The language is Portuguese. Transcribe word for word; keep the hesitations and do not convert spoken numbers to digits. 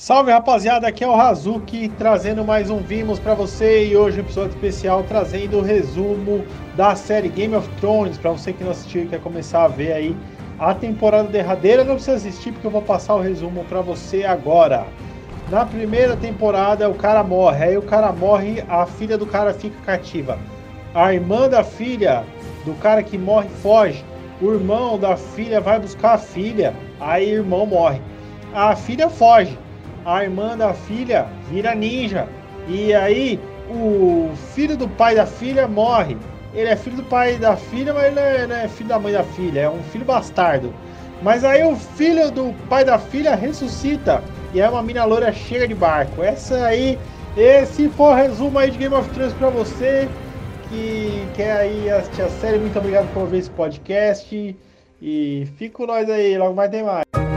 Salve rapaziada, aqui é o Hazuki trazendo mais um Vimos pra você e hoje um episódio especial trazendo o resumo da série Game of Thrones pra você que não assistiu e quer começar a ver aí a temporada derradeira. Não precisa assistir porque eu vou passar o resumo pra você agora. Na primeira temporada o cara morre, aí o cara morre, a filha do cara fica cativa, a irmã da filha do cara que morre foge, o irmão da filha vai buscar a filha, aí o irmão morre, a filha foge, a irmã da filha vira ninja, e aí o filho do pai da filha morre. Ele é filho do pai da filha, mas ele é, não é filho da mãe da filha, é um filho bastardo. Mas aí o filho do pai da filha ressuscita, e é uma mina loira cheia de barco. Essa aí, esse foi o resumo aí de Game of Thrones pra você que quer aí assistir a série. Muito obrigado por ver esse podcast, e fica com nós aí, logo mais tem mais.